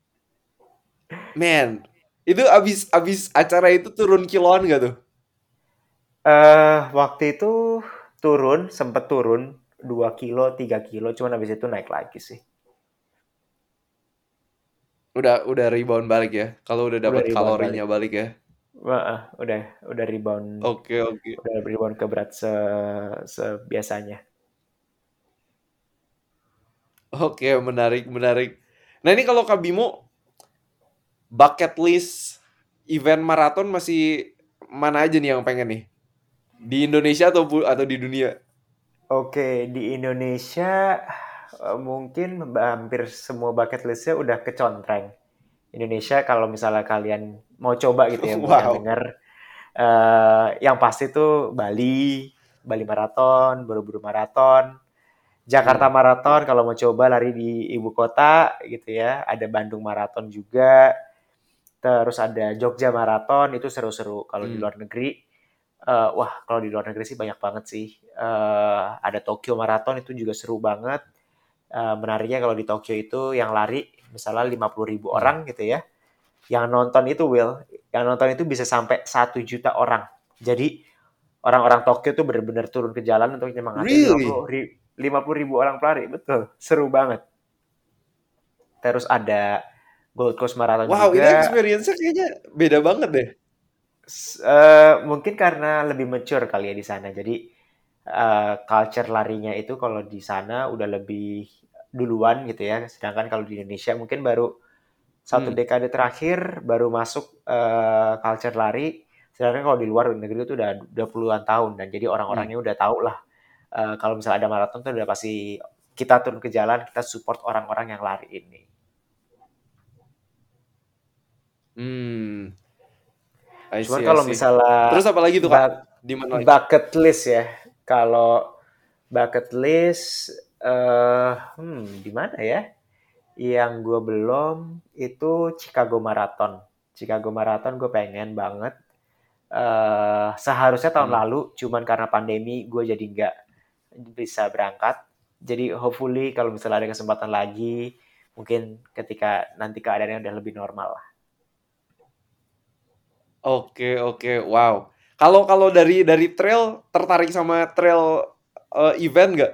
man. Itu abis acara itu turun kiloan gak tuh? Waktu itu sempet turun 2 kilo, 3 kilo, cuman habis itu naik lagi sih. Udah rebound balik ya. Kalau udah Udah dapat rebound balik. kalorinya balik ya. Wah, udah rebound, Oke, oke. udah rebound ke berat sebiasanya. Oke, menarik, menarik. Nah, ini kalau Kak Bimo bucket list event maraton masih mana aja nih yang pengen nih? Di Indonesia atau di dunia? Oke, di Indonesia mungkin hampir semua bucket listnya udah kecontreng. Indonesia kalau misalnya kalian mau coba gitu ya buat yang Wow. denger, yang pasti tuh Bali, Bali Marathon, Borobudur Marathon, Jakarta Hmm. Marathon kalau mau coba lari di ibu kota gitu ya. Ada Bandung Marathon juga. Terus ada Jogja Marathon itu seru-seru. Kalau di Hmm. luar negeri, wah kalau di luar negeri sih banyak banget sih. Ada Tokyo Marathon itu juga seru banget. Menariknya kalau di Tokyo itu yang lari misalnya 50.000 Hmm. orang gitu ya. Yang nonton itu yang nonton itu bisa sampai 1 juta orang. Jadi orang-orang Tokyo tuh benar-benar turun ke jalan untuk nyemangatin Really? 50.000 orang pelari. Betul, seru banget. Terus ada Gold Coast Marathon Wow, ini juga. experience-nya kayaknya beda banget deh. Mungkin karena lebih mature kali ya di sana. Jadi culture larinya itu kalau di sana udah lebih duluan gitu ya. Sedangkan kalau di Indonesia mungkin baru Satu dekade terakhir baru masuk culture lari. Sedangkan kalau di luar negeri itu udah puluhan tahun, dan jadi orang-orangnya udah tahu lah kalau misalnya ada maraton tuh udah pasti kita turun ke jalan, kita support orang-orang yang lari ini. Cuman I kalau see. misalnya Terus apa lagi tuh, Kak? Di mana lagi? bucket list ya, kalau bucket list di mana ya? Yang gue belum itu Chicago Marathon. Chicago Marathon gue pengen banget. Seharusnya tahun lalu, cuman karena pandemi gue jadi nggak bisa berangkat. Jadi hopefully kalau misalnya ada kesempatan lagi, mungkin ketika nanti keadaannya udah lebih normal lah. Oke, wow. Kalau dari trail, tertarik sama trail event nggak?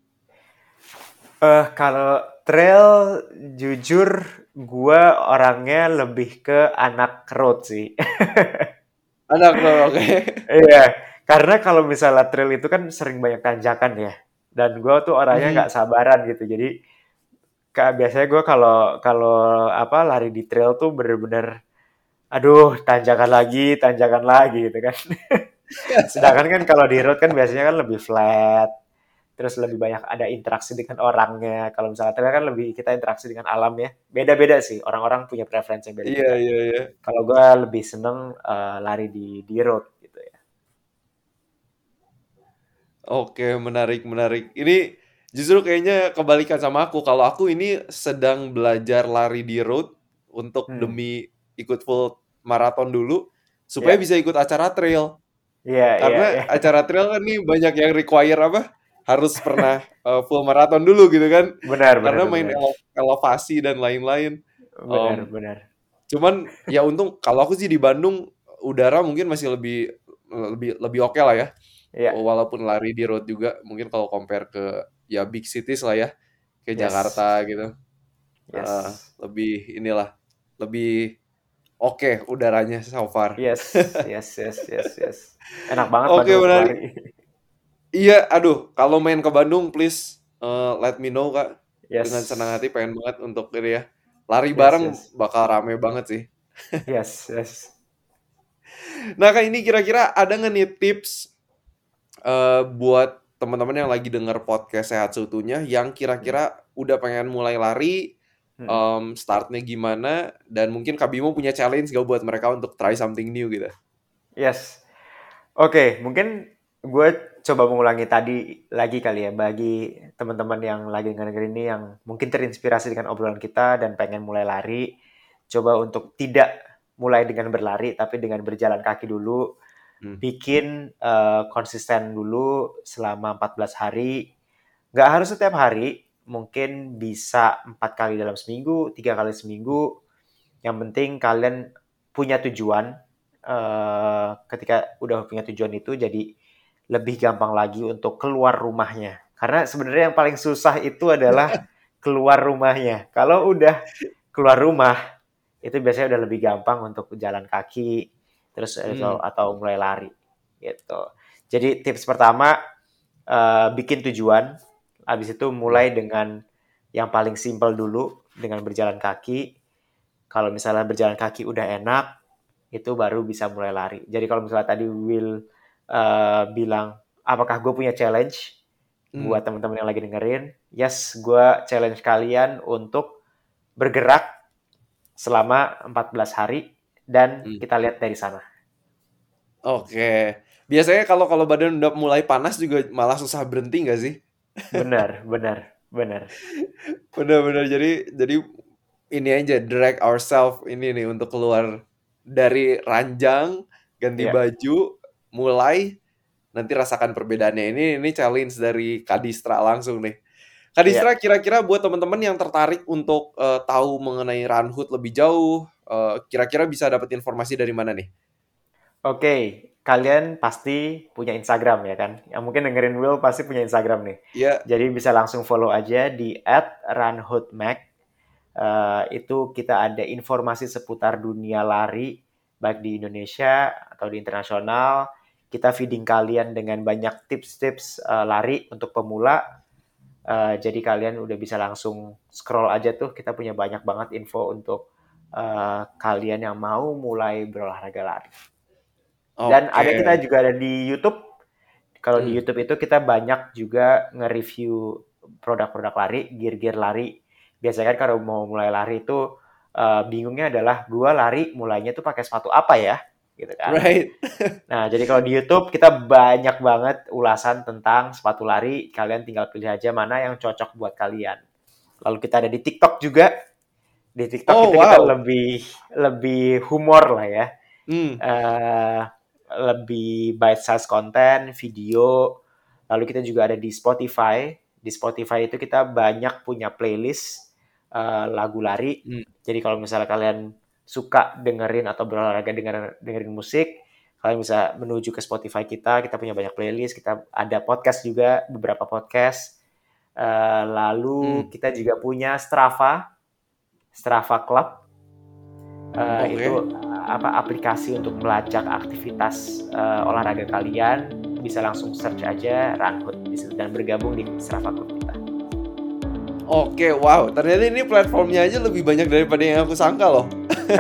Kalau trail, jujur gue orangnya lebih ke anak road sih. Anak lo, oke. Iya, karena kalau misalnya trail itu kan sering banyak tanjakan ya. Dan gue tuh orangnya nggak sabaran gitu. Jadi biasanya gue kalau kalau apa lari di trail tuh bener-bener, aduh tanjakan lagi gitu kan. Sedangkan kan kalau di road kan biasanya kan lebih flat, terus lebih banyak ada interaksi dengan orangnya. Kalau misalnya trail kan lebih kita interaksi dengan alam ya. Beda-beda sih, orang-orang punya preferensi yang Iya, beda-beda. iya, iya. Kalau gue lebih seneng lari di road gitu ya. Oke, menarik, menarik. Ini justru kayaknya kebalikan sama aku. Kalau aku ini sedang belajar lari di road untuk Hmm, demi ikut full maraton dulu, supaya ya, bisa ikut acara trail. iya, iya, Karena iya. acara trail kan nih banyak yang require apa? Harus pernah full maraton dulu gitu kan. Benar, benar, Karena main benar. elevasi dan lain-lain. Benar, Em, benar. Cuman ya untung kalau aku sih di Bandung udara mungkin masih lebih lebih lebih oke lah ya. Iya, Walaupun lari di road juga mungkin kalau compare ke ya big cities lah ya, kayak yes, Jakarta gitu. yes, Lebih inilah lebih oke udaranya so far. yes, yes, yes, yes, yes. Enak banget Oke, Bandung untuk menarik. lari. Iya, aduh, kalau main ke Bandung please let me know, Kak. Dengan senang Yes, hati pengen banget untuk ini ya. Lari yes, bareng yes, bakal rame banget sih. yes, yes. Nah, Kak, ini kira-kira ada nggak nih tips buat teman-teman yang lagi denger podcast Sehat Seutuhnya yang Hmm, kira-kira udah pengen mulai lari, hmm. startnya gimana, dan mungkin Kak Bimo punya challenge gak buat mereka untuk try something new gitu? Yes. Oke, mungkin gue coba mengulangi tadi lagi kali ya, bagi teman-teman yang lagi denger ini yang mungkin terinspirasi dengan obrolan kita dan pengen mulai lari, coba untuk tidak mulai dengan berlari, tapi dengan berjalan kaki dulu, Hmm. bikin konsisten dulu selama 14 hari. Nggak harus setiap hari, mungkin bisa 4 kali dalam seminggu, 3 kali seminggu. Yang penting kalian punya tujuan. Ketika udah punya tujuan itu, jadi lebih gampang lagi untuk keluar rumahnya. Karena sebenarnya yang paling susah itu adalah keluar rumahnya. Kalau udah keluar rumah, itu biasanya udah lebih gampang untuk jalan kaki, terus Hmm. atau mulai lari gitu. Jadi tips pertama, bikin tujuan, habis itu Hmm. mulai dengan yang paling simpel dulu dengan berjalan kaki. Kalau misalnya berjalan kaki udah enak, itu baru bisa mulai lari. Jadi kalau misalnya tadi Will bilang, apakah gue punya challenge Hmm. buat teman-teman yang lagi dengerin? Yes, gue challenge kalian untuk bergerak selama 14 hari dan Hmm. kita lihat dari sana. Oke. Biasanya kalau kalau badan udah mulai panas juga malah susah berhenti nggak sih? Benar, benar, benar. Bener-bener jadi ini aja drag ourselves ini nih untuk keluar dari ranjang, ganti Iya, baju, mulai nanti rasakan perbedaannya. Ini challenge dari Kadistra langsung nih. Kadistra iya. kira-kira buat teman-teman yang tertarik untuk tahu mengenai Runhood lebih jauh, kira-kira bisa dapat informasi dari mana nih? Oke, kalian pasti punya Instagram ya kan? Yang mungkin dengerin Will pasti punya Instagram nih. Iya. Jadi bisa langsung follow aja di @runhoodmac. Itu kita ada informasi seputar dunia lari, baik di Indonesia atau di internasional. Kita feeding kalian dengan banyak tips-tips lari untuk pemula. Jadi kalian udah bisa langsung scroll aja tuh, kita punya banyak banget info untuk kalian yang mau mulai berolahraga lari. Dan Oke. kita juga ada di YouTube. Kalau di Hmm. YouTube itu kita banyak juga nge-review produk-produk lari, gear-gear lari. Biasanya kan kalau mau mulai lari itu bingungnya adalah gua lari mulainya tuh pakai sepatu apa ya, gitu kan. Right. Nah, jadi kalau di YouTube kita banyak banget ulasan tentang sepatu lari. Kalian tinggal pilih aja mana yang cocok buat kalian. Lalu kita ada di TikTok juga. Di TikTok Oh, itu kita wow. lebih humor lah ya. Hmm. Lebih bite size konten, video. Lalu kita juga ada di Spotify. Di Spotify itu kita banyak punya playlist lagu lari. Hmm. Jadi kalau misalnya kalian suka dengerin atau berolahraga dengerin musik, kalian bisa menuju ke Spotify kita. Kita punya banyak playlist. Kita ada podcast juga, beberapa podcast. Lalu kita juga punya Strava Club. Oke. Itu aplikasi untuk melacak aktivitas olahraga kalian. Bisa langsung search aja Runhood di situ dan bergabung di Strava Club kita. Oke, wow. Ternyata ini platformnya aja lebih banyak daripada yang aku sangka loh.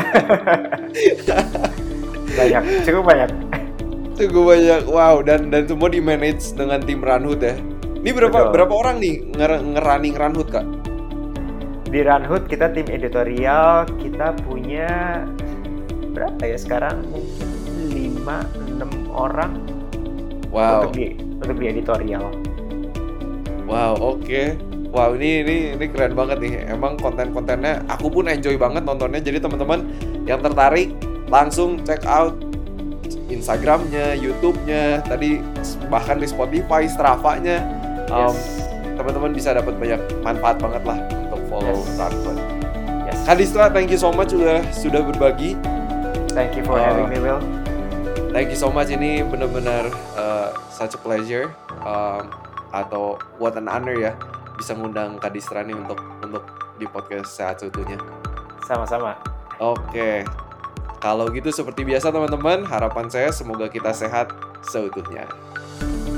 Cukup banyak. Cukup banyak. Wow, dan semua di manage dengan tim Runhood ya. Ini Betul. berapa orang nih ngerunning Runhood, Kak? Di Runhood kita tim editorial, kita punya berapa ya sekarang? Mungkin 5-6 orang. Wow. Untuk di editorial. Wow, oke. Wow, ini keren banget nih. Emang konten-kontennya aku pun enjoy banget nontonnya. Jadi teman-teman yang tertarik langsung check out Instagramnya, YouTube-nya, tadi bahkan di Spotify, Strava-nya. Teman-teman bisa dapat banyak manfaat banget lah untuk follow Runhood. Yes. Kadistra, thank you so much sudah berbagi. Thank you for having me, Will. Thank you so much. Ini benar-benar such a pleasure atau what an honor ya bisa ngundang Kadistra nih untuk di podcast Sehat Seutuhnya. Sama-sama. Oke. Kalau gitu seperti biasa teman-teman, harapan saya semoga kita sehat seutuhnya.